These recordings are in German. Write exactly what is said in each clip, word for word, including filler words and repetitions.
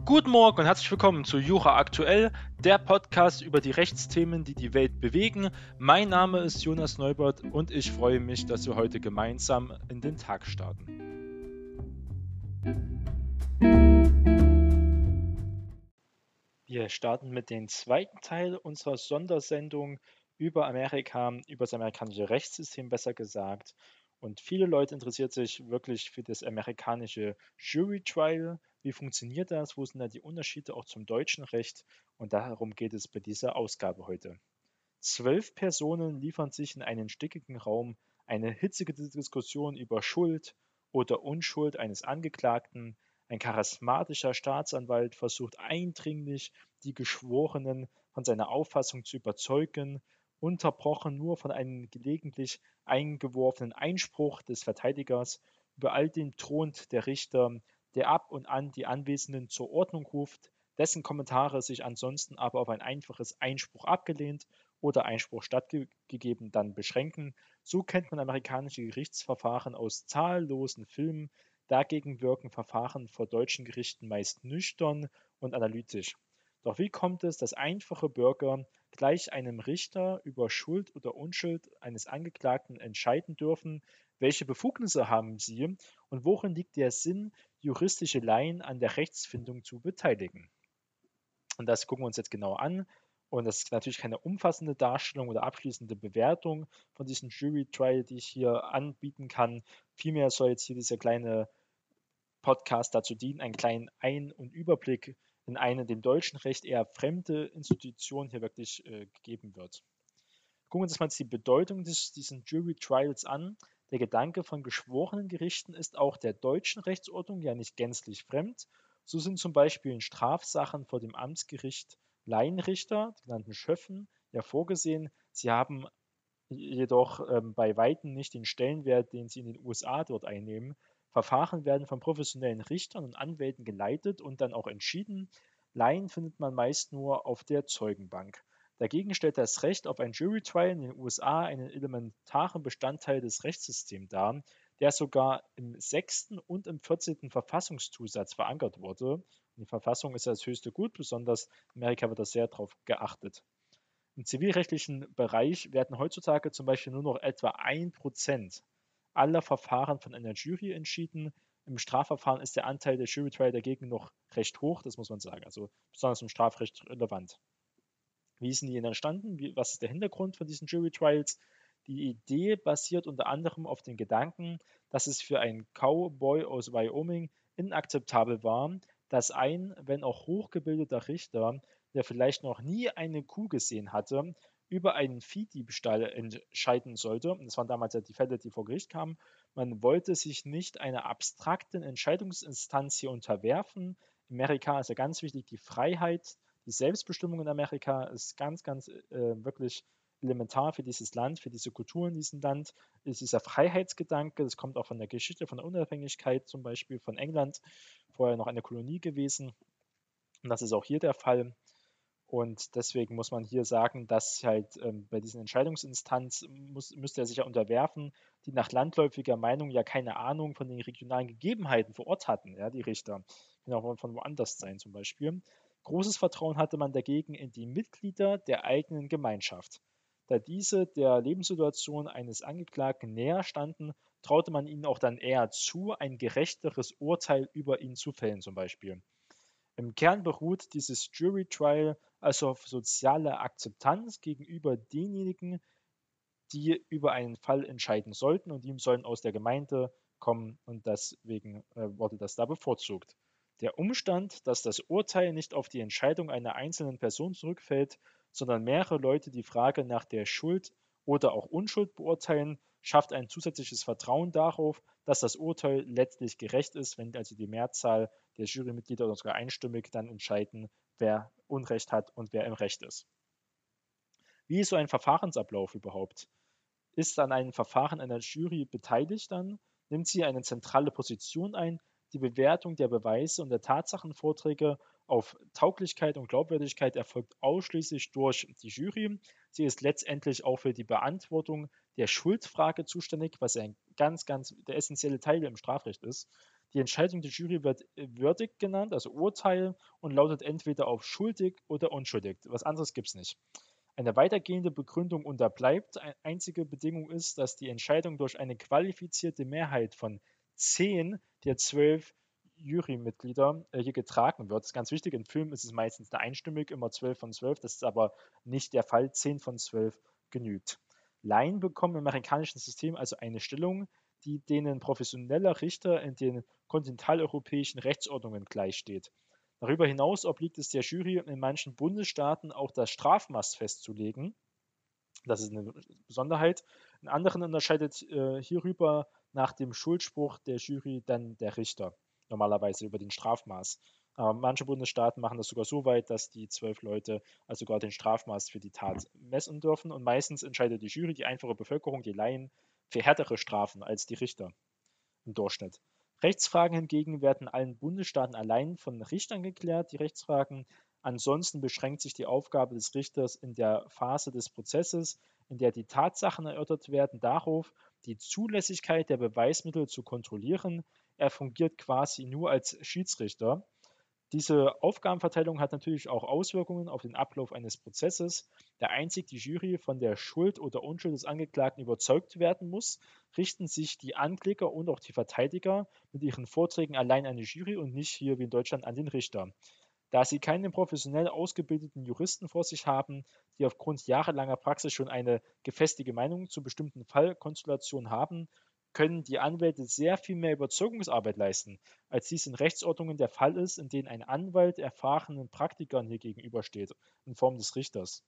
Guten Morgen und herzlich willkommen zu Jura Aktuell, der Podcast über die Rechtsthemen, die die Welt bewegen. Mein Name ist Jonas Neubert und ich freue mich, dass wir heute gemeinsam in den Tag starten. Wir starten mit dem zweiten Teil unserer Sondersendung über Amerika, über das amerikanische Rechtssystem besser gesagt. Und viele Leute interessieren sich wirklich für das amerikanische Jury Trial. Wie funktioniert das? Wo sind da die Unterschiede auch zum deutschen Recht? Und darum geht es bei dieser Ausgabe heute. Zwölf Personen liefern sich in einen stickigen Raum eine hitzige Diskussion über Schuld oder Unschuld eines Angeklagten. Ein charismatischer Staatsanwalt versucht eindringlich, die Geschworenen von seiner Auffassung zu überzeugen, unterbrochen nur von einem gelegentlich eingeworfenen Einspruch des Verteidigers. Über all dem thront der Richter, der ab und an die Anwesenden zur Ordnung ruft, dessen Kommentare sich ansonsten aber auf ein einfaches Einspruch abgelehnt oder Einspruch stattgegeben dann beschränken. So kennt man amerikanische Gerichtsverfahren aus zahllosen Filmen. Dagegen wirken Verfahren vor deutschen Gerichten meist nüchtern und analytisch. Doch wie kommt es, dass einfache Bürger gleich einem Richter über Schuld oder Unschuld eines Angeklagten entscheiden dürfen? Welche Befugnisse haben sie und worin liegt der Sinn, juristische Laien an der Rechtsfindung zu beteiligen? Und das gucken wir uns jetzt genau an. Und das ist natürlich keine umfassende Darstellung oder abschließende Bewertung von diesem Jury Trial, die ich hier anbieten kann. Vielmehr soll jetzt hier dieser kleine Podcast dazu dienen, einen kleinen Ein- und Überblick in eine dem deutschen Recht eher fremde Institution hier wirklich äh, gegeben wird. Gucken wir uns mal jetzt die Bedeutung des, diesen Jury Trials an. Der Gedanke von geschworenen Gerichten ist auch der deutschen Rechtsordnung ja nicht gänzlich fremd. So sind zum Beispiel in Strafsachen vor dem Amtsgericht Laienrichter, die genannten Schöffen, ja vorgesehen. Sie haben jedoch ähm, bei weitem nicht den Stellenwert, den sie in den U S A dort einnehmen. Verfahren werden von professionellen Richtern und Anwälten geleitet und dann auch entschieden. Laien findet man meist nur auf der Zeugenbank. Dagegen stellt das Recht auf ein Jury Trial in den U S A einen elementaren Bestandteil des Rechtssystems dar, der sogar im sechsten und im vierzehnten Verfassungszusatz verankert wurde. Und die Verfassung ist ja das höchste Gut, besonders in Amerika wird das sehr darauf geachtet. Im zivilrechtlichen Bereich werden heutzutage zum Beispiel nur noch etwa ein Prozent aller Verfahren von einer Jury entschieden. Im Strafverfahren ist der Anteil der Jury Trial dagegen noch recht hoch, das muss man sagen, also besonders im Strafrecht relevant. Wie sind die denn entstanden? Wie, was ist der Hintergrund von diesen Jury Trials? Die Idee basiert unter anderem auf dem Gedanken, dass es für einen Cowboy aus Wyoming inakzeptabel war, dass ein, wenn auch hochgebildeter Richter, der vielleicht noch nie eine Kuh gesehen hatte, über einen Viehdiebstahl entscheiden sollte. Das waren damals ja die Fälle, die vor Gericht kamen. Man wollte sich nicht einer abstrakten Entscheidungsinstanz hier unterwerfen. In Amerika ist ja ganz wichtig die Freiheit, die Selbstbestimmung in Amerika ist ganz, ganz äh, wirklich elementar für dieses Land, für diese Kultur in diesem Land, ist dieser Freiheitsgedanke, das kommt auch von der Geschichte, von der Unabhängigkeit zum Beispiel von England, vorher noch eine Kolonie gewesen. Und das ist auch hier der Fall. Und deswegen muss man hier sagen, dass halt ähm, bei diesen Entscheidungsinstanz muss, müsste er sich ja unterwerfen, die nach landläufiger Meinung ja keine Ahnung von den regionalen Gegebenheiten vor Ort hatten, ja, die Richter. Können auch von woanders sein zum Beispiel. Großes Vertrauen hatte man dagegen in die Mitglieder der eigenen Gemeinschaft. Da diese der Lebenssituation eines Angeklagten näher standen, traute man ihnen auch dann eher zu, ein gerechteres Urteil über ihn zu fällen zum Beispiel. Im Kern beruht dieses Jury Trial also auf sozialer Akzeptanz gegenüber denjenigen, die über einen Fall entscheiden sollten und die sollen aus der Gemeinde kommen und deswegen äh, wurde das da bevorzugt. Der Umstand, dass das Urteil nicht auf die Entscheidung einer einzelnen Person zurückfällt, sondern mehrere Leute die Frage nach der Schuld oder auch Unschuld beurteilen, schafft ein zusätzliches Vertrauen darauf, dass das Urteil letztlich gerecht ist, wenn also die Mehrzahl der Jurymitglieder oder sogar einstimmig dann entscheiden, wer Unrecht hat und wer im Recht ist. Wie ist so ein Verfahrensablauf überhaupt? Ist an einem Verfahren einer Jury beteiligt dann, nimmt sie eine zentrale Position ein, die Bewertung der Beweise und der Tatsachenvorträge auf Tauglichkeit und Glaubwürdigkeit erfolgt ausschließlich durch die Jury. Sie ist letztendlich auch für die Beantwortung der Schuldfrage zuständig, was ein ganz, ganz der essentielle Teil im Strafrecht ist. Die Entscheidung der Jury wird äh, Verdict genannt, also Urteil, und lautet entweder auf schuldig oder unschuldig. Was anderes gibt es nicht. Eine weitergehende Begründung unterbleibt. Ei- Einzige Bedingung ist, dass die Entscheidung durch eine qualifizierte Mehrheit von zehn der zwölf Jurymitglieder äh, hier getragen wird. Das ist ganz wichtig. In Filmen ist es meistens eine einstimmig, immer zwölf von zwölf. Das ist aber nicht der Fall. Zehn von zwölf genügt. Laien bekommen im amerikanischen System also eine Stellung, die denen professioneller Richter in den kontinentaleuropäischen Rechtsordnungen gleichsteht. Darüber hinaus obliegt es der Jury in manchen Bundesstaaten auch das Strafmaß festzulegen. Das ist eine Besonderheit. In anderen unterscheidet äh, hierüber nach dem Schuldspruch der Jury dann der Richter, normalerweise über den Strafmaß. Aber manche Bundesstaaten machen das sogar so weit, dass die zwölf Leute also sogar den Strafmaß für die Tat messen dürfen. Und meistens entscheidet die Jury, die einfache Bevölkerung, die Laien, für härtere Strafen als die Richter im Durchschnitt. Rechtsfragen hingegen werden in allen Bundesstaaten allein von Richtern geklärt, die Rechtsfragen. Ansonsten beschränkt sich die Aufgabe des Richters in der Phase des Prozesses, in der die Tatsachen erörtert werden, darauf, die Zulässigkeit der Beweismittel zu kontrollieren. Er fungiert quasi nur als Schiedsrichter. Diese Aufgabenverteilung hat natürlich auch Auswirkungen auf den Ablauf eines Prozesses, da einzig die Jury von der Schuld oder Unschuld des Angeklagten überzeugt werden muss, richten sich die Ankläger und auch die Verteidiger mit ihren Vorträgen allein an die Jury und nicht hier wie in Deutschland an den Richter. Da sie keine professionell ausgebildeten Juristen vor sich haben, die aufgrund jahrelanger Praxis schon eine gefestigte Meinung zu bestimmten Fallkonstellationen haben, können die Anwälte sehr viel mehr Überzeugungsarbeit leisten, als dies in Rechtsordnungen der Fall ist, in denen ein Anwalt erfahrenen Praktikern hier gegenübersteht, in Form des Richters.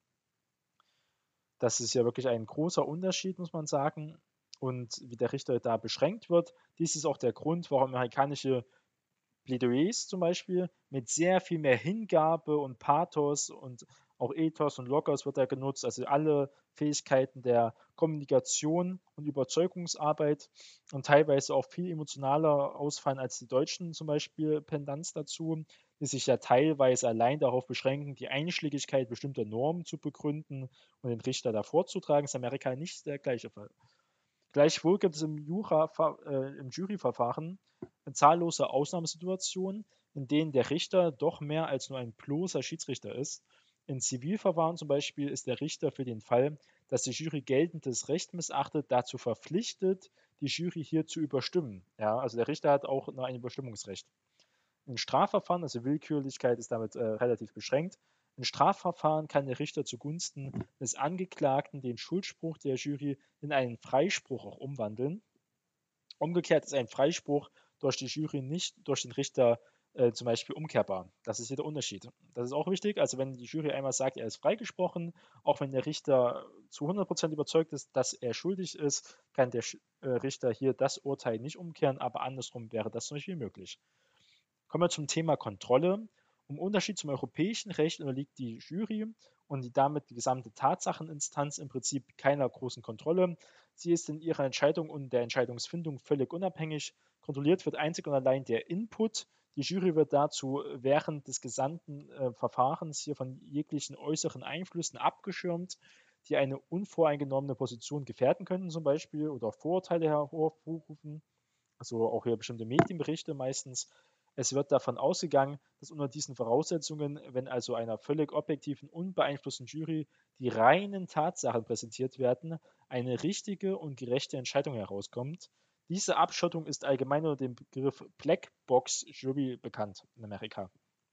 Das ist ja wirklich ein großer Unterschied, muss man sagen. Und wie der Richter da beschränkt wird, dies ist auch der Grund, warum amerikanische Plädoyers zum Beispiel mit sehr viel mehr Hingabe und Pathos und auch Ethos und Logos wird da genutzt, also alle Fähigkeiten der Kommunikation und Überzeugungsarbeit und teilweise auch viel emotionaler ausfallen als die deutschen zum Beispiel Pendanz dazu, die sich ja teilweise allein darauf beschränken, die Einschlägigkeit bestimmter Normen zu begründen und den Richter davor zu tragen, ist in Amerika nicht der gleiche Fall. Gleichwohl gibt es im, Jura, äh, im Juryverfahren zahllose Ausnahmesituationen, in denen der Richter doch mehr als nur ein bloßer Schiedsrichter ist. In Zivilverfahren zum Beispiel ist der Richter für den Fall, dass die Jury geltendes Recht missachtet, dazu verpflichtet, die Jury hier zu überstimmen. Ja, also der Richter hat auch noch ein Überstimmungsrecht. In Strafverfahren, also Willkürlichkeit ist damit äh, relativ beschränkt. In Strafverfahren kann der Richter zugunsten des Angeklagten den Schuldspruch der Jury in einen Freispruch auch umwandeln. Umgekehrt ist ein Freispruch durch die Jury nicht durch den Richter äh, zum Beispiel umkehrbar. Das ist hier der Unterschied. Das ist auch wichtig. Also wenn die Jury einmal sagt, er ist freigesprochen, auch wenn der Richter zu hundert Prozent überzeugt ist, dass er schuldig ist, kann der äh, Richter hier das Urteil nicht umkehren, aber andersrum wäre das zum Beispiel möglich. Kommen wir zum Thema Kontrolle. Im Unterschied zum europäischen Recht unterliegt die Jury und die damit die gesamte Tatsacheninstanz im Prinzip keiner großen Kontrolle. Sie ist in ihrer Entscheidung und der Entscheidungsfindung völlig unabhängig. Kontrolliert wird einzig und allein der Input. Die Jury wird dazu während des gesamten äh, Verfahrens hier von jeglichen äußeren Einflüssen abgeschirmt, die eine unvoreingenommene Position gefährden könnten, zum Beispiel, oder Vorurteile hervorrufen. Also auch hier bestimmte Medienberichte meistens. Es wird davon ausgegangen, dass unter diesen Voraussetzungen, wenn also einer völlig objektiven, unbeeinflussten Jury die reinen Tatsachen präsentiert werden, eine richtige und gerechte Entscheidung herauskommt. Diese Abschottung ist allgemein unter dem Begriff Black Box Jury bekannt in Amerika.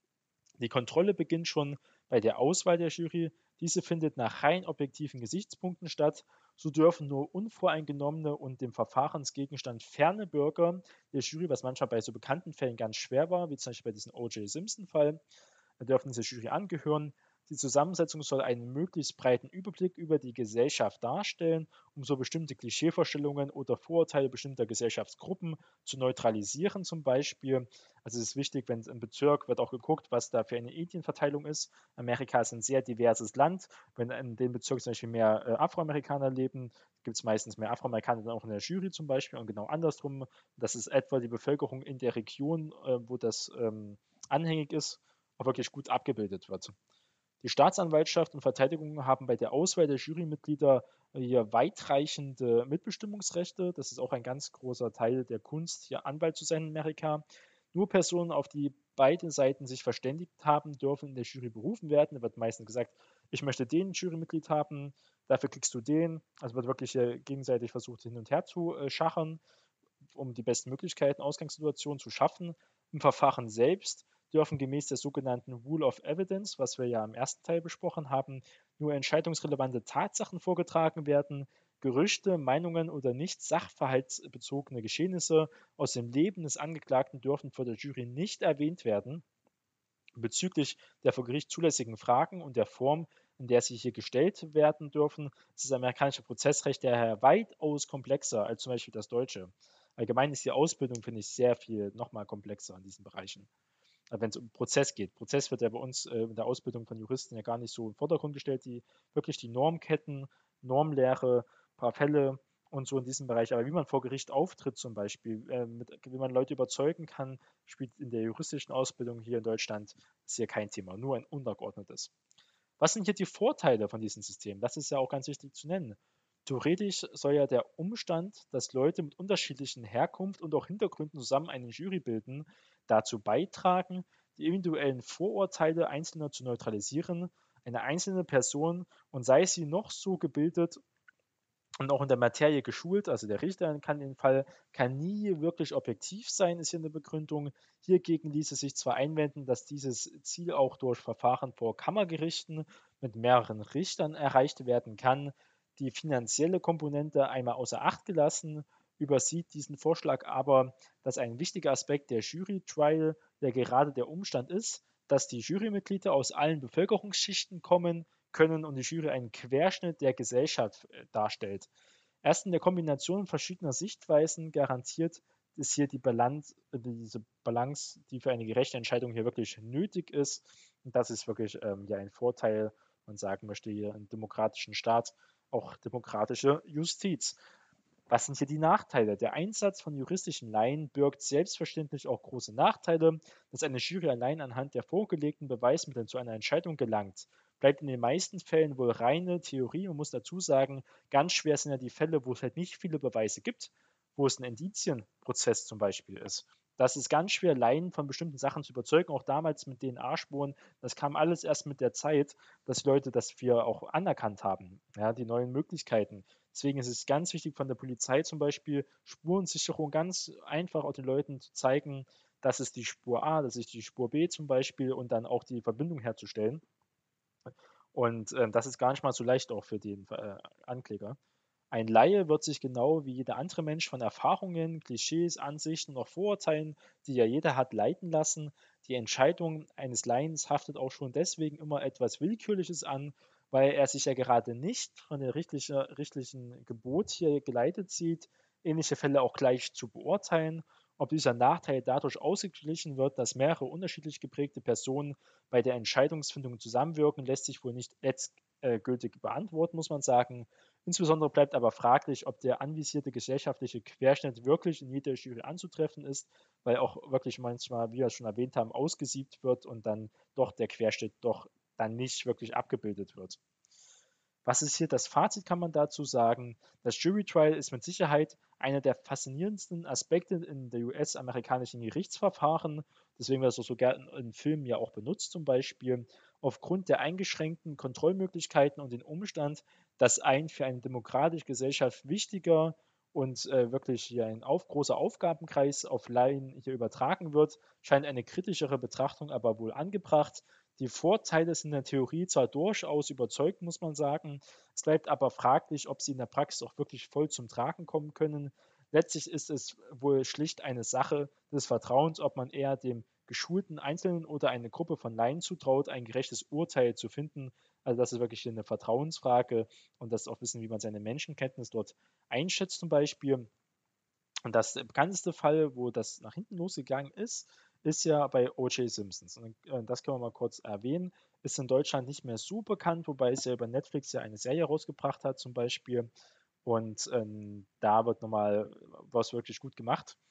Die Kontrolle beginnt schon bei der Auswahl der Jury. Diese findet nach rein objektiven Gesichtspunkten statt. So dürfen nur unvoreingenommene und dem Verfahrensgegenstand ferne Bürger der Jury, was manchmal bei so bekannten Fällen ganz schwer war, wie zum Beispiel bei diesem O J. Simpson-Fall, dürfen dieser Jury angehören. Die Zusammensetzung soll einen möglichst breiten Überblick über die Gesellschaft darstellen, um so bestimmte Klischeevorstellungen oder Vorurteile bestimmter Gesellschaftsgruppen zu neutralisieren zum Beispiel. Also es ist wichtig, wenn es im Bezirk wird auch geguckt, was da für eine Indienverteilung ist. Amerika ist ein sehr diverses Land. Wenn in dem Bezirk zum Beispiel mehr äh, Afroamerikaner leben, gibt es meistens mehr Afroamerikaner dann auch in der Jury zum Beispiel und genau andersrum. Das ist etwa die Bevölkerung in der Region, äh, wo das ähm, anhängig ist, auch wirklich gut abgebildet wird. Die Staatsanwaltschaft und Verteidigung haben bei der Auswahl der Jurymitglieder hier weitreichende Mitbestimmungsrechte. Das ist auch ein ganz großer Teil der Kunst, hier Anwalt zu sein in Amerika. Nur Personen, auf die beide Seiten sich verständigt haben, dürfen in der Jury berufen werden. Da wird meistens gesagt, ich möchte den Jurymitglied haben, dafür kriegst du den. Also wird wirklich hier gegenseitig versucht, hin und her zu äh, schachern, um die besten Möglichkeiten, Ausgangssituationen zu schaffen. Im Verfahren selbst dürfen gemäß der sogenannten Rule of Evidence, was wir ja im ersten Teil besprochen haben, nur entscheidungsrelevante Tatsachen vorgetragen werden. Gerüchte, Meinungen oder nicht sachverhaltsbezogene Geschehnisse aus dem Leben des Angeklagten dürfen vor der Jury nicht erwähnt werden. Bezüglich der vor Gericht zulässigen Fragen und der Form, in der sie hier gestellt werden dürfen, ist das amerikanische Prozessrecht daher weitaus komplexer als zum Beispiel das deutsche. Allgemein ist die Ausbildung, finde ich, sehr viel nochmal komplexer in diesen Bereichen. Wenn es um Prozess geht. Prozess wird ja bei uns äh, in der Ausbildung von Juristen ja gar nicht so im Vordergrund gestellt, die wirklich die Normketten, Normlehre, paar Fälle und so in diesem Bereich. Aber wie man vor Gericht auftritt zum Beispiel, äh, mit, wie man Leute überzeugen kann, spielt in der juristischen Ausbildung hier in Deutschland ist hier kein Thema, nur ein untergeordnetes. Was sind hier die Vorteile von diesem System? Das ist ja auch ganz wichtig zu nennen. Theoretisch soll ja der Umstand, dass Leute mit unterschiedlichen Herkunft und auch Hintergründen zusammen eine Jury bilden, dazu beitragen, die individuellen Vorurteile Einzelner zu neutralisieren. Eine einzelne Person, und sei sie noch so gebildet und auch in der Materie geschult, also der Richter kann den Fall, kann nie wirklich objektiv sein, ist hier eine Begründung. Hiergegen ließe sich zwar einwenden, dass dieses Ziel auch durch Verfahren vor Kammergerichten mit mehreren Richtern erreicht werden kann. Die finanzielle Komponente einmal außer Acht gelassen, übersieht diesen Vorschlag aber, dass ein wichtiger Aspekt der Jury-Trial ja gerade der Umstand ist, dass die Jurymitglieder aus allen Bevölkerungsschichten kommen können und die Jury einen Querschnitt der Gesellschaft äh, darstellt. Erst in der Kombination verschiedener Sichtweisen garantiert es hier die Balance, äh, diese Balance, die für eine gerechte Entscheidung hier wirklich nötig ist. Und das ist wirklich ähm, ja ein Vorteil, man sagen möchte hier im demokratischen Staat auch demokratische Justiz. Was sind hier die Nachteile? Der Einsatz von juristischen Laien birgt selbstverständlich auch große Nachteile. Dass eine Jury allein anhand der vorgelegten Beweismittel zu einer Entscheidung gelangt, bleibt in den meisten Fällen wohl reine Theorie. Man muss dazu sagen, ganz schwer sind ja die Fälle, wo es halt nicht viele Beweise gibt, wo es ein Indizienprozess zum Beispiel ist. Das ist ganz schwer, Laien von bestimmten Sachen zu überzeugen, auch damals mit D N A-Spuren. Das kam alles erst mit der Zeit, dass Leute das wir auch anerkannt haben, ja, die neuen Möglichkeiten. Deswegen ist es ganz wichtig von der Polizei zum Beispiel, Spurensicherung ganz einfach auch den Leuten zu zeigen, das ist die Spur A, das ist die Spur B zum Beispiel und dann auch die Verbindung herzustellen. Und ähm, das ist gar nicht mal so leicht auch für den äh, Ankläger. Ein Laie wird sich genau wie jeder andere Mensch von Erfahrungen, Klischees, Ansichten und auch Vorurteilen, die ja jeder hat, leiten lassen. Die Entscheidung eines Laiens haftet auch schon deswegen immer etwas Willkürliches an, weil er sich ja gerade nicht von der richtlichen, richtlichen Gebot hier geleitet sieht, ähnliche Fälle auch gleich zu beurteilen. Ob dieser Nachteil dadurch ausgeglichen wird, dass mehrere unterschiedlich geprägte Personen bei der Entscheidungsfindung zusammenwirken, lässt sich wohl nicht letztgültig beantworten, muss man sagen. Insbesondere bleibt aber fraglich, ob der anvisierte gesellschaftliche Querschnitt wirklich in jeder Jury anzutreffen ist, weil auch wirklich manchmal, wie wir es schon erwähnt haben, ausgesiebt wird und dann doch der Querschnitt doch dann nicht wirklich abgebildet wird. Was ist hier das Fazit, kann man dazu sagen? Das Jury Trial ist mit Sicherheit einer der faszinierendsten Aspekte in der U S-amerikanischen Gerichtsverfahren. Deswegen wird es auch so gerne in Filmen ja auch benutzt, zum Beispiel. Aufgrund der eingeschränkten Kontrollmöglichkeiten und den Umstand, dass ein für eine demokratische Gesellschaft wichtiger und äh, wirklich hier ein auf, großer Aufgabenkreis auf Laien hier übertragen wird, scheint eine kritischere Betrachtung aber wohl angebracht. Die Vorteile sind in der Theorie zwar durchaus überzeugend, muss man sagen, es bleibt aber fraglich, ob sie in der Praxis auch wirklich voll zum Tragen kommen können. Letztlich ist es wohl schlicht eine Sache des Vertrauens, ob man eher dem geschulten Einzelnen oder eine Gruppe von Laien zutraut, ein gerechtes Urteil zu finden. Also das ist wirklich eine Vertrauensfrage und das auch wissen, wie man seine Menschenkenntnis dort einschätzt zum Beispiel. Und das bekannteste Fall, wo das nach hinten losgegangen ist, ist ja bei O J. Simpsons. Und äh, das können wir mal kurz erwähnen. Ist in Deutschland nicht mehr so bekannt, wobei es ja über Netflix ja eine Serie rausgebracht hat, zum Beispiel. Und ähm, da wird nochmal was wirklich gut gemacht.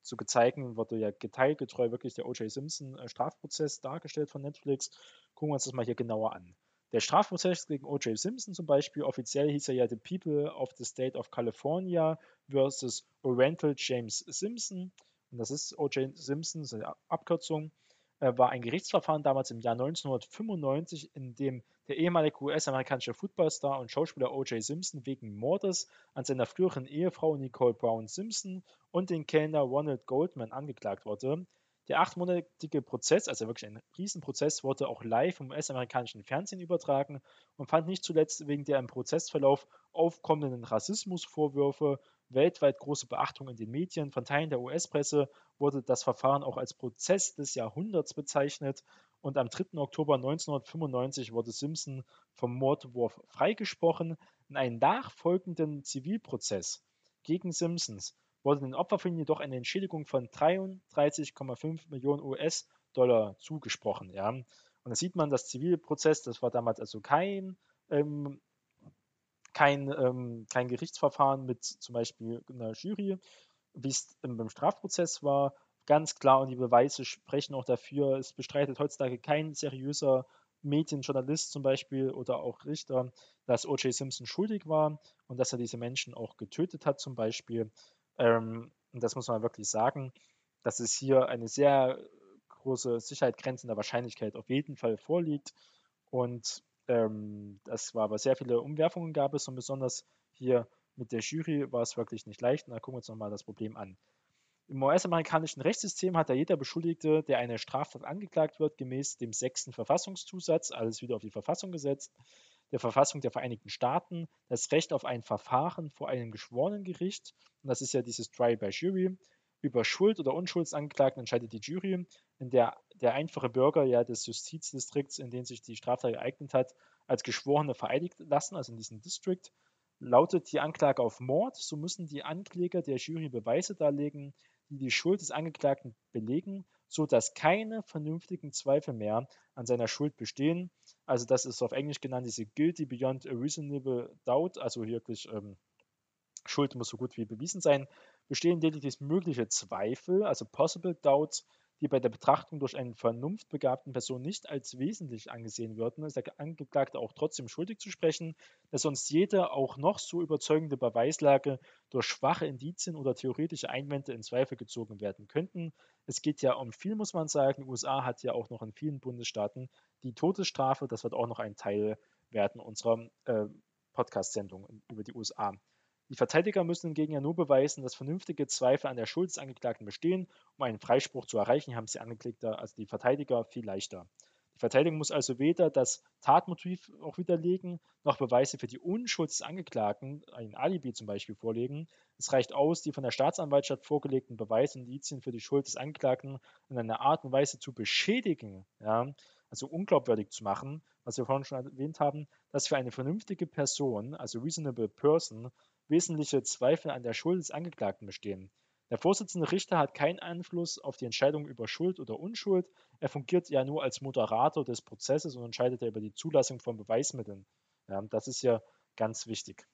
zu zeigen, wurde ja detailgetreu wirklich der O J. Simpson-Strafprozess dargestellt von Netflix. Gucken wir uns das mal hier genauer an. Der Strafprozess gegen O J. Simpson zum Beispiel, offiziell hieß er ja The People of the State of California versus Oriental James Simpson. Und das ist O J. Simpson, so eine Abkürzung, äh, war ein Gerichtsverfahren damals im Jahr neunzehnhundertfünfundneunzig, in dem der ehemalige U S-amerikanische Footballstar und Schauspieler O J. Simpson wegen Mordes an seiner früheren Ehefrau Nicole Brown Simpson und den Kellner Ronald Goldman angeklagt wurde. Der achtmonatige Prozess, also wirklich ein Riesenprozess, wurde auch live im U S-amerikanischen Fernsehen übertragen und fand nicht zuletzt wegen der im Prozessverlauf aufkommenden Rassismusvorwürfe weltweit große Beachtung in den Medien. Von Teilen der U S-Presse wurde das Verfahren auch als Prozess des Jahrhunderts bezeichnet und am dritten Oktober neunzehnhundertfünfundneunzig wurde Simpson vom Mordvorwurf freigesprochen. In einem nachfolgenden Zivilprozess gegen Simpsons wurde den Opferfamilien jedoch eine Entschädigung von dreiunddreißig Komma fünf Millionen U S-Dollar zugesprochen. Ja. Und da sieht man, das Zivilprozess, das war damals also kein, ähm, kein, ähm, kein Gerichtsverfahren mit zum Beispiel einer Jury, wie es beim Strafprozess war, ganz klar, und die Beweise sprechen auch dafür. Es bestreitet heutzutage kein seriöser Medienjournalist zum Beispiel oder auch Richter, dass O J. Simpson schuldig war und dass er diese Menschen auch getötet hat zum Beispiel. Ähm, und das muss man wirklich sagen, dass es hier eine sehr große Sicherheit grenzende Wahrscheinlichkeit auf jeden Fall vorliegt. Und ähm, das war aber sehr viele Umwerfungen gab es und besonders hier mit der Jury war es wirklich nicht leicht. Und da gucken wir uns nochmal das Problem an. Im U S-amerikanischen Rechtssystem hat ja jeder Beschuldigte, der eine Straftat angeklagt wird, gemäß dem sechsten Verfassungszusatz, alles wieder auf die Verfassung gesetzt, der Verfassung der Vereinigten Staaten, das Recht auf ein Verfahren vor einem geschworenen Gericht. Und das ist ja dieses Trial by Jury. Über Schuld oder Unschuld des Angeklagten entscheidet die Jury, in der der einfache Bürger ja des Justizdistrikts, in dem sich die Straftat ereignet hat, als Geschworene vereidigt lassen, also in diesem District. Lautet die Anklage auf Mord, so müssen die Ankläger der Jury Beweise darlegen, die die Schuld des Angeklagten belegen, sodass keine vernünftigen Zweifel mehr an seiner Schuld bestehen. Also das ist auf Englisch genannt diese Guilty Beyond a Reasonable Doubt, also wirklich ähm, Schuld muss so gut wie bewiesen sein. Bestehen lediglich mögliche Zweifel, also Possible Doubts, die bei der Betrachtung durch eine vernunftbegabten Person nicht als wesentlich angesehen würden, ist der Angeklagte auch trotzdem schuldig zu sprechen, da sonst jede auch noch so überzeugende Beweislage durch schwache Indizien oder theoretische Einwände in Zweifel gezogen werden könnten. Es geht ja um viel, muss man sagen. Die U S A hat ja auch noch in vielen Bundesstaaten die Todesstrafe. Das wird auch noch ein Teil werden unserer äh, Podcast-Sendung über die U S A. Die Verteidiger müssen hingegen ja nur beweisen, dass vernünftige Zweifel an der Schuld des Angeklagten bestehen. Um einen Freispruch zu erreichen, haben sie Angeklagter, also die Verteidiger, viel leichter. Die Verteidigung muss also weder das Tatmotiv auch widerlegen, noch Beweise für die Unschuld des Angeklagten, ein Alibi zum Beispiel, vorlegen. Es reicht aus, die von der Staatsanwaltschaft vorgelegten Beweise und Indizien für die Schuld des Angeklagten in einer Art und Weise zu beschädigen, ja, also unglaubwürdig zu machen, was wir vorhin schon erwähnt haben, dass für eine vernünftige Person, also reasonable person, wesentliche Zweifel an der Schuld des Angeklagten bestehen. Der Vorsitzende Richter hat keinen Einfluss auf die Entscheidung über Schuld oder Unschuld. Er fungiert ja nur als Moderator des Prozesses und entscheidet ja über die Zulassung von Beweismitteln. Ja, das ist ja ganz wichtig.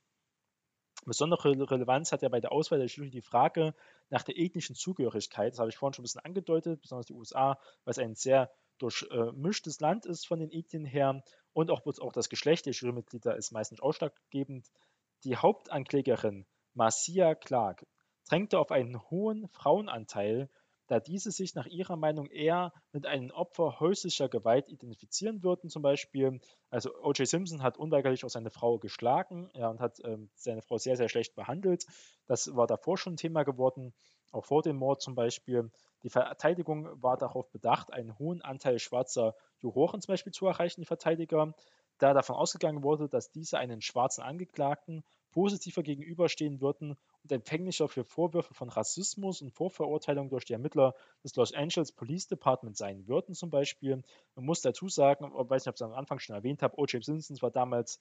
Besondere Relevanz hat ja bei der Auswahl der Jury die Frage nach der ethnischen Zugehörigkeit. Das habe ich vorhin schon ein bisschen angedeutet, besonders die U S A, weil es ein sehr durchmischtes Land ist von den Ethnien her und auch, auch das Geschlecht der Jurymitglieder ist meistens ausschlaggebend. Die Hauptanklägerin Marcia Clark drängte auf einen hohen Frauenanteil, da diese sich nach ihrer Meinung eher mit einem Opfer häuslicher Gewalt identifizieren würden, zum Beispiel. Also O J. Simpson hat unweigerlich auch seine Frau geschlagen, ja, und hat ähm, seine Frau sehr, sehr schlecht behandelt. Das war davor schon ein Thema geworden, auch vor dem Mord zum Beispiel. Die Verteidigung war darauf bedacht, einen hohen Anteil schwarzer Juroren zum Beispiel zu erreichen, die Verteidiger, da davon ausgegangen wurde, dass diese einen schwarzen Angeklagten positiver gegenüberstehen würden und empfänglicher für Vorwürfe von Rassismus und Vorverurteilung durch die Ermittler des Los Angeles Police Department sein würden zum Beispiel. Man muss dazu sagen, ich weiß nicht, ob ich es am Anfang schon erwähnt habe, O J. Simpson war damals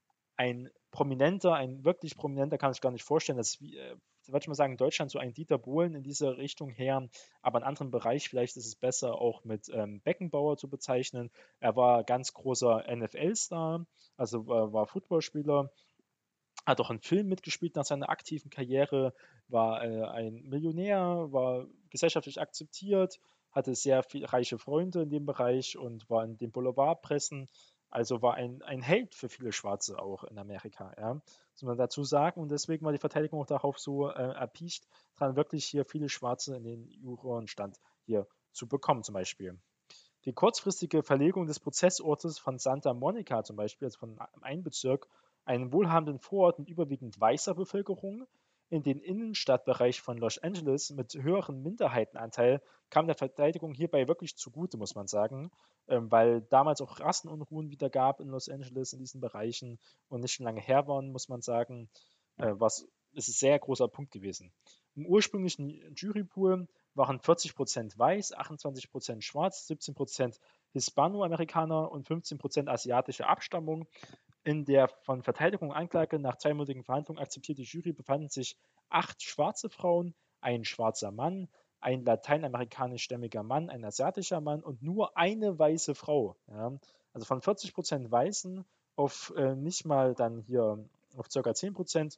ein prominenter, ein wirklich prominenter, kann ich gar nicht vorstellen, dass, äh, würde ich mal sagen, in Deutschland so ein Dieter Bohlen in dieser Richtung her, aber in anderen Bereich, vielleicht ist es besser auch mit ähm, Beckenbauer zu bezeichnen. Er war ganz großer N F L-Star, also äh, war Footballspieler, hat auch 'n Film mitgespielt nach seiner aktiven Karriere, war, äh, ein Millionär, war gesellschaftlich akzeptiert, hatte sehr viel reiche Freunde in dem Bereich und war in den Boulevardpressen. Also, war ein ein Held für viele Schwarze auch in Amerika, ja, muss man dazu sagen. Und deswegen war die Verteidigung auch darauf so, äh, erpicht, dran wirklich hier viele Schwarze in den Jurorenstand hier zu bekommen zum Beispiel. Die kurzfristige Verlegung des Prozessortes von Santa Monica zum Beispiel, also von einem Bezirk, einem wohlhabenden Vorort mit überwiegend weißer Bevölkerung, in den Innenstadtbereich von Los Angeles mit höherem Minderheitenanteil, kam der Verteidigung hierbei wirklich zugute, muss man sagen, ähm, weil damals auch Rassenunruhen wieder gab in Los Angeles in diesen Bereichen und nicht schon lange her waren, muss man sagen, äh, was ist ein sehr großer Punkt gewesen. Im ursprünglichen Jurypool waren vierzig Prozent weiß, achtundzwanzig Prozent schwarz, siebzehn Prozent Hispanoamerikaner und fünfzehn Prozent asiatische Abstammung. In der von Verteidigung und Anklage nach zweimonatigen Verhandlungen akzeptierte Jury befanden sich acht schwarze Frauen, ein schwarzer Mann, ein lateinamerikanischstämmiger Mann, ein asiatischer Mann und nur eine weiße Frau. Ja. Also von vierzig Prozent Weißen auf äh, nicht mal dann hier auf ca. zehn Prozent,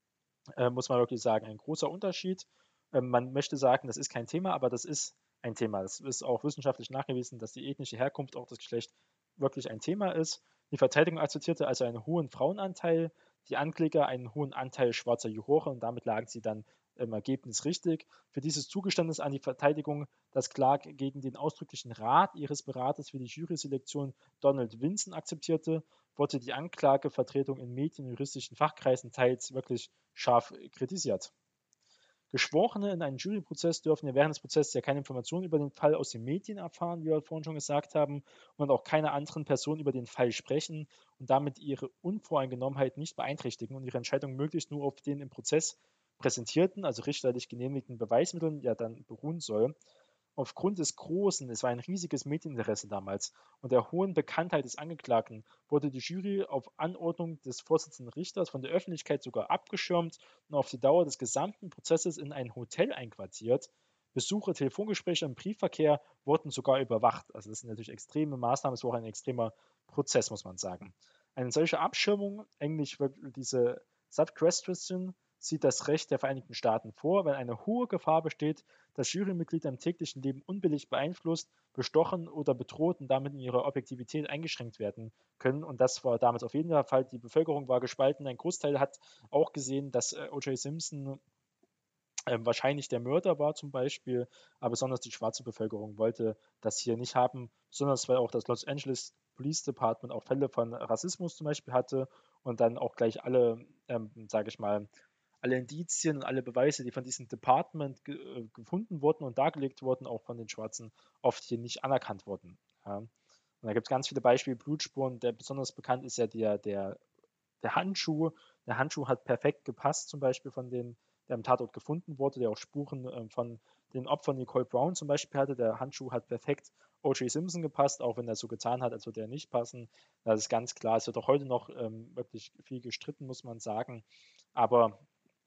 äh, muss man wirklich sagen, ein großer Unterschied. Ähm, man möchte sagen, das ist kein Thema, aber das ist ein Thema. Das ist auch wissenschaftlich nachgewiesen, dass die ethnische Herkunft, auch das Geschlecht, wirklich ein Thema ist. Die Verteidigung akzeptierte also einen hohen Frauenanteil, die Ankläger einen hohen Anteil schwarzer Juroren und damit lagen sie dann im Ergebnis richtig. Für dieses Zugeständnis an die Verteidigung, das klar gegen den ausdrücklichen Rat ihres Beraters für die Juryselektion Donald Vinson akzeptierte, wurde die Anklagevertretung in Medien und juristischen Fachkreisen teils wirklich scharf kritisiert. Geschworene in einem Juryprozess dürfen ja während des Prozesses ja keine Informationen über den Fall aus den Medien erfahren, wie wir vorhin schon gesagt haben, und auch keine anderen Personen über den Fall sprechen und damit ihre Unvoreingenommenheit nicht beeinträchtigen und ihre Entscheidung möglichst nur auf den im Prozess präsentierten, also richterlich genehmigten Beweismitteln ja dann beruhen soll. Aufgrund des großen, es war ein riesiges Medieninteresse damals, und der hohen Bekanntheit des Angeklagten wurde die Jury auf Anordnung des Vorsitzenden Richters von der Öffentlichkeit sogar abgeschirmt und auf die Dauer des gesamten Prozesses in ein Hotel einquartiert. Besuche, Telefongespräche und Briefverkehr wurden sogar überwacht. Also das sind natürlich extreme Maßnahmen, es war auch ein extremer Prozess, muss man sagen. Eine solche Abschirmung, englisch wird diese Subquestion, sieht das Recht der Vereinigten Staaten vor, wenn eine hohe Gefahr besteht, dass Jurymitglieder im täglichen Leben unbillig beeinflusst, bestochen oder bedroht und damit in ihrer Objektivität eingeschränkt werden können. Und das war damals auf jeden Fall. Die Bevölkerung war gespalten. Ein Großteil hat auch gesehen, dass äh, O J. Simpson äh, wahrscheinlich der Mörder war zum Beispiel, aber besonders die schwarze Bevölkerung wollte das hier nicht haben, besonders weil auch das Los Angeles Police Department auch Fälle von Rassismus zum Beispiel hatte und dann auch gleich alle, ähm, sage ich mal, alle Indizien und alle Beweise, die von diesem Department ge äh, gefunden wurden und dargelegt wurden, auch von den Schwarzen, oft hier nicht anerkannt wurden. Ja. Und da gibt es ganz viele Beispiele, Blutspuren. Der besonders bekannt ist ja der, der, der Handschuh. Der Handschuh hat perfekt gepasst, zum Beispiel von den, der am Tatort gefunden wurde, der auch Spuren ähm, von den Opfern Nicole Brown zum Beispiel hatte. Der Handschuh hat perfekt O J. Simpson gepasst, auch wenn er so getan hat, als würde er nicht passen. Das ist ganz klar. Es wird auch heute noch ähm, wirklich viel gestritten, muss man sagen. Aber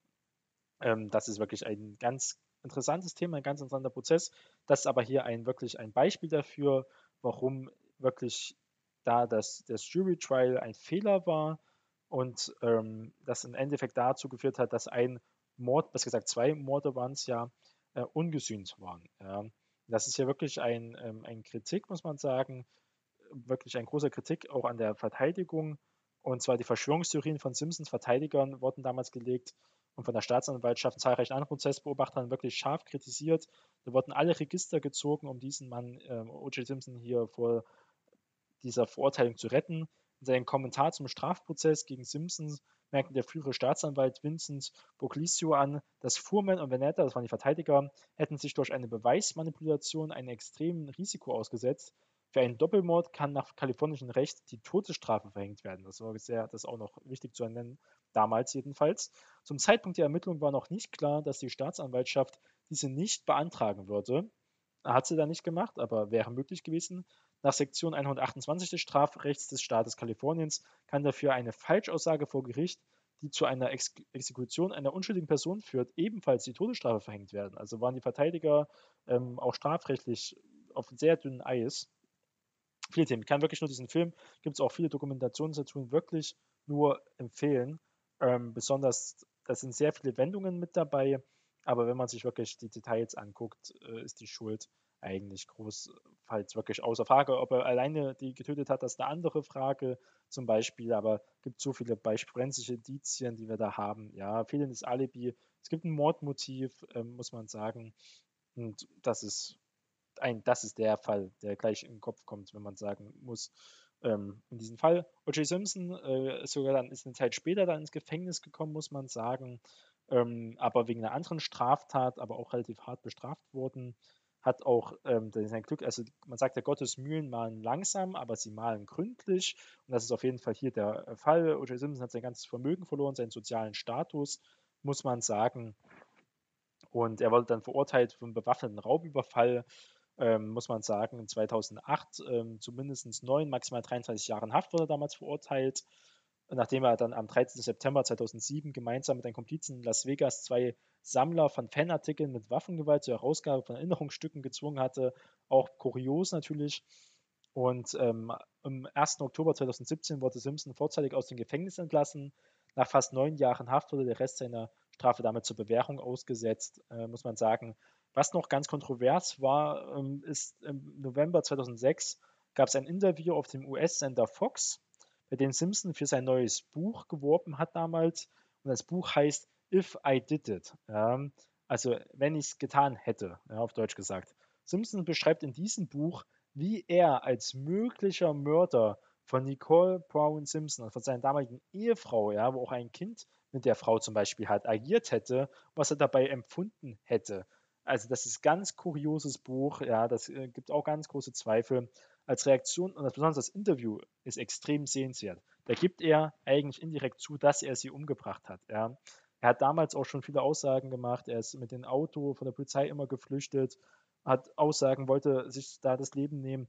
ähm, das ist wirklich ein ganz interessantes Thema, ein ganz interessanter Prozess. Das ist aber hier ein wirklich ein Beispiel dafür, warum wirklich da das, das Jury Trial ein Fehler war und ähm, das im Endeffekt dazu geführt hat, dass ein Mord, besser gesagt zwei Morde waren es ja, äh, ungesühnt waren. Ja. Das ist ja wirklich ein, ähm, ein Kritik, muss man sagen, wirklich ein großer Kritik auch an der Verteidigung. Und zwar die Verschwörungstheorien von Simpsons Verteidigern wurden damals gelegt und von der Staatsanwaltschaft und zahlreichen anderen Prozessbeobachtern wirklich scharf kritisiert. Da wurden alle Register gezogen, um diesen Mann, ähm, O J. Simpson, hier vor dieser Verurteilung zu retten. In seinem Kommentar zum Strafprozess gegen Simpsons merkte der frühere Staatsanwalt Vincent Boglicio an, dass Fuhrman und Veneta, das waren die Verteidiger, hätten sich durch eine Beweismanipulation einem extremen Risiko ausgesetzt. Für einen Doppelmord kann nach kalifornischem Recht die Todesstrafe verhängt werden. Das war sehr, das ist auch noch wichtig zu nennen, damals jedenfalls. Zum Zeitpunkt der Ermittlung war noch nicht klar, dass die Staatsanwaltschaft diese nicht beantragen würde. Hat sie dann nicht gemacht, aber wäre möglich gewesen. Nach Sektion hundertachtundzwanzig des Strafrechts des Staates Kaliforniens kann dafür eine Falschaussage vor Gericht, die zu einer Ex Exekution einer unschuldigen Person führt, ebenfalls die Todesstrafe verhängt werden. Also waren die Verteidiger ähm, auch strafrechtlich auf sehr dünnem Eis. Viele Themen. Ich kann wirklich nur diesen Film, gibt es auch viele Dokumentationen dazu, wirklich nur empfehlen. Ähm, besonders, da sind sehr viele Wendungen mit dabei, aber wenn man sich wirklich die Details anguckt, äh, ist die Schuld eigentlich großenteils wirklich außer Frage. Ob er alleine die getötet hat, das ist eine andere Frage zum Beispiel, aber es gibt so viele Beisp forensische Indizien, die wir da haben. Ja, fehlendes Alibi. Es gibt ein Mordmotiv, ähm, muss man sagen. Und das ist ein, das ist der Fall, der gleich in den Kopf kommt, wenn man sagen muss, ähm, in diesem Fall. O J. Simpson äh, ist sogar dann ist eine Zeit später dann ins Gefängnis gekommen, muss man sagen, ähm, aber wegen einer anderen Straftat, aber auch relativ hart bestraft worden. Hat auch ähm, sein Glück, also man sagt ja, Gottes Mühlen mahlen langsam, aber sie mahlen gründlich. Und das ist auf jeden Fall hier der äh, Fall. O J. Simpson hat sein ganzes Vermögen verloren, seinen sozialen Status, muss man sagen. Und er wurde dann verurteilt für einen bewaffneten Raubüberfall, ähm, muss man sagen, zweitausendacht, ähm, zu mindestens neun, maximal dreiundzwanzig Jahren Haft wurde er damals verurteilt, nachdem er dann am dreizehnten September zweitausendsieben gemeinsam mit einem Komplizen in Las Vegas zwei Sammler von Fanartikeln mit Waffengewalt zur Herausgabe von Erinnerungsstücken gezwungen hatte. Auch kurios natürlich. Und ähm, am ersten Oktober zweitausendsiebzehn wurde Simpson vorzeitig aus dem Gefängnis entlassen. Nach fast neun Jahren Haft wurde der Rest seiner Strafe damit zur Bewährung ausgesetzt, äh, muss man sagen. Was noch ganz kontrovers war, ähm, ist im November zweitausendsechs gab es ein Interview auf dem U S-Sender Fox, bei dem Simpson für sein neues Buch geworben hat damals. Und das Buch heißt If I Did It. Ja, also wenn ich es getan hätte, ja, auf Deutsch gesagt. Simpson beschreibt in diesem Buch, wie er als möglicher Mörder von Nicole Brown Simpson, von seiner damaligen Ehefrau, ja, wo auch ein Kind mit der Frau zum Beispiel hat, agiert hätte, was er dabei empfunden hätte. Also das ist ein ganz kurioses Buch, ja, das äh, gibt auch ganz große Zweifel. Als Reaktion, und das besonders das Interview ist extrem sehenswert. Da gibt er eigentlich indirekt zu, dass er sie umgebracht hat. Ja. Er hat damals auch schon viele Aussagen gemacht, er ist mit dem Auto von der Polizei immer geflüchtet, hat Aussagen, wollte sich da das Leben nehmen.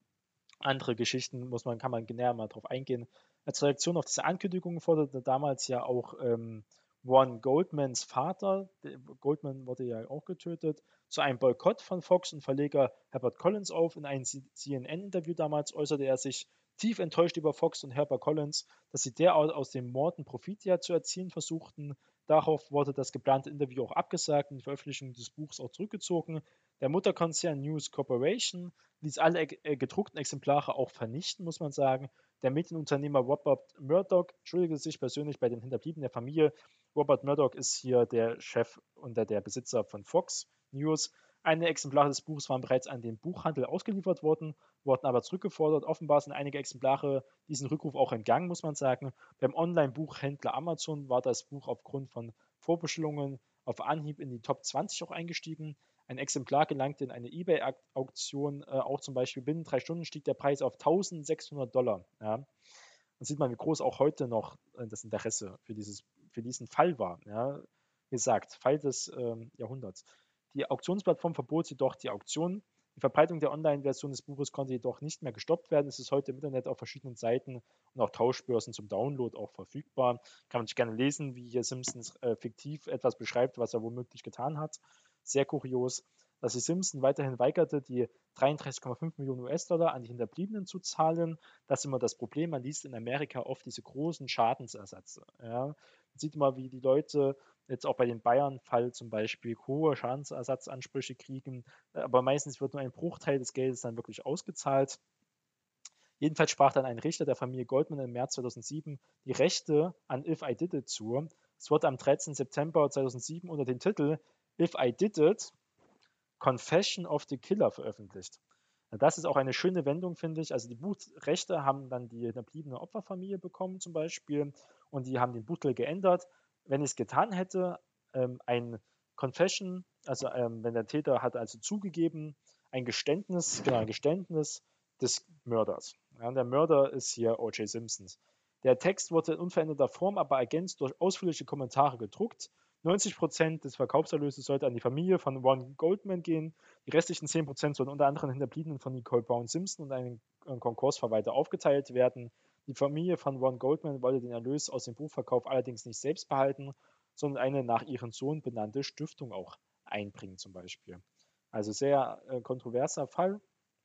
Andere Geschichten muss man, kann man näher mal drauf eingehen. Als Reaktion auf diese Ankündigung forderte damals ja auch ähm, Ron Goldmans Vater, der, Goldman wurde ja auch getötet, zu einem Boykott von Fox und Verleger Herbert Collins auf. In einem C N N-Interview damals äußerte er sich tief enttäuscht über Fox und Herbert Collins, dass sie derart aus dem Morden Profit ja zu erzielen versuchten. Darauf wurde das geplante Interview auch abgesagt und die Veröffentlichung des Buchs auch zurückgezogen. Der Mutterkonzern News Corporation ließ alle äh, gedruckten Exemplare auch vernichten, muss man sagen. Der Medienunternehmer Robert Murdoch entschuldigte sich persönlich bei den Hinterbliebenen der Familie. Robert Murdoch ist hier der Chef und der Besitzer von Fox News. Einige Exemplare des Buches waren bereits an den Buchhandel ausgeliefert worden, wurden aber zurückgefordert. Offenbar sind einige Exemplare diesen Rückruf auch entgangen, muss man sagen. Beim Online-Buchhändler Amazon war das Buch aufgrund von Vorbestellungen auf Anhieb in die Top zwanzig auch eingestiegen. Ein Exemplar gelangte in eine eBay-Auktion, äh, auch zum Beispiel binnen drei Stunden stieg der Preis auf eintausendsechshundert Dollar. Ja. Dann sieht man, wie groß auch heute noch äh, das Interesse für, dieses, für diesen Fall war. Ja. Wie gesagt, Fall des ähm, Jahrhunderts. Die Auktionsplattform verbot jedoch die Auktion. Die Verbreitung der Online-Version des Buches konnte jedoch nicht mehr gestoppt werden. Es ist heute im Internet auf verschiedenen Seiten und auch Tauschbörsen zum Download auch verfügbar. Kann man sich gerne lesen, wie hier Simpsons äh, fiktiv etwas beschreibt, was er womöglich getan hat. Sehr kurios, dass sich Simpson weiterhin weigerte, die dreiunddreißig Komma fünf Millionen U S-Dollar an die Hinterbliebenen zu zahlen. Das ist immer das Problem. Man liest in Amerika oft diese großen Schadensersätze. Ja. Man sieht immer, wie die Leute jetzt auch bei den Bayern-Fall zum Beispiel hohe Schadensersatzansprüche kriegen, aber meistens wird nur ein Bruchteil des Geldes dann wirklich ausgezahlt. Jedenfalls sprach dann ein Richter der Familie Goldman im März zweitausendsieben die Rechte an If I Did It zu. Es wurde am dreizehnten September zweitausendsieben unter dem Titel If I Did It, Confession of the Killer veröffentlicht. Das ist auch eine schöne Wendung, finde ich. Also die Buchrechte haben dann die hinterbliebene Opferfamilie bekommen zum Beispiel und die haben den Buchtitel geändert. Wenn ich es getan hätte, ähm, ein Confession, also ähm, wenn der Täter hat also zugegeben, ein Geständnis, genau, ein Geständnis des Mörders. Ja, der Mörder ist hier O J. Simpson. Der Text wurde in unveränderter Form, aber ergänzt durch ausführliche Kommentare gedruckt. neunzig Prozent des Verkaufserlöses sollte an die Familie von Ron Goldman gehen. Die restlichen zehn Prozent sollen unter anderem Hinterbliebenen von Nicole Brown Simpson und einem Konkursverwalter aufgeteilt werden. Die Familie von Ron Goldman wollte den Erlös aus dem Buchverkauf allerdings nicht selbst behalten, sondern eine nach ihrem Sohn benannte Stiftung auch einbringen zum Beispiel. Also sehr äh, kontroverser Fall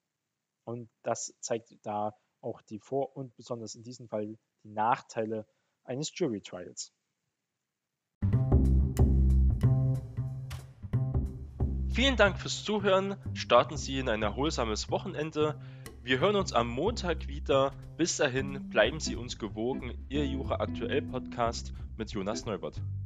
und das zeigt da auch die Vor- und besonders in diesem Fall die Nachteile eines Jury Trials. Vielen Dank fürs Zuhören. Starten Sie in ein erholsames Wochenende. Wir hören uns am Montag wieder. Bis dahin bleiben Sie uns gewogen. Ihr Jura Aktuell Podcast mit Jonas Neubert.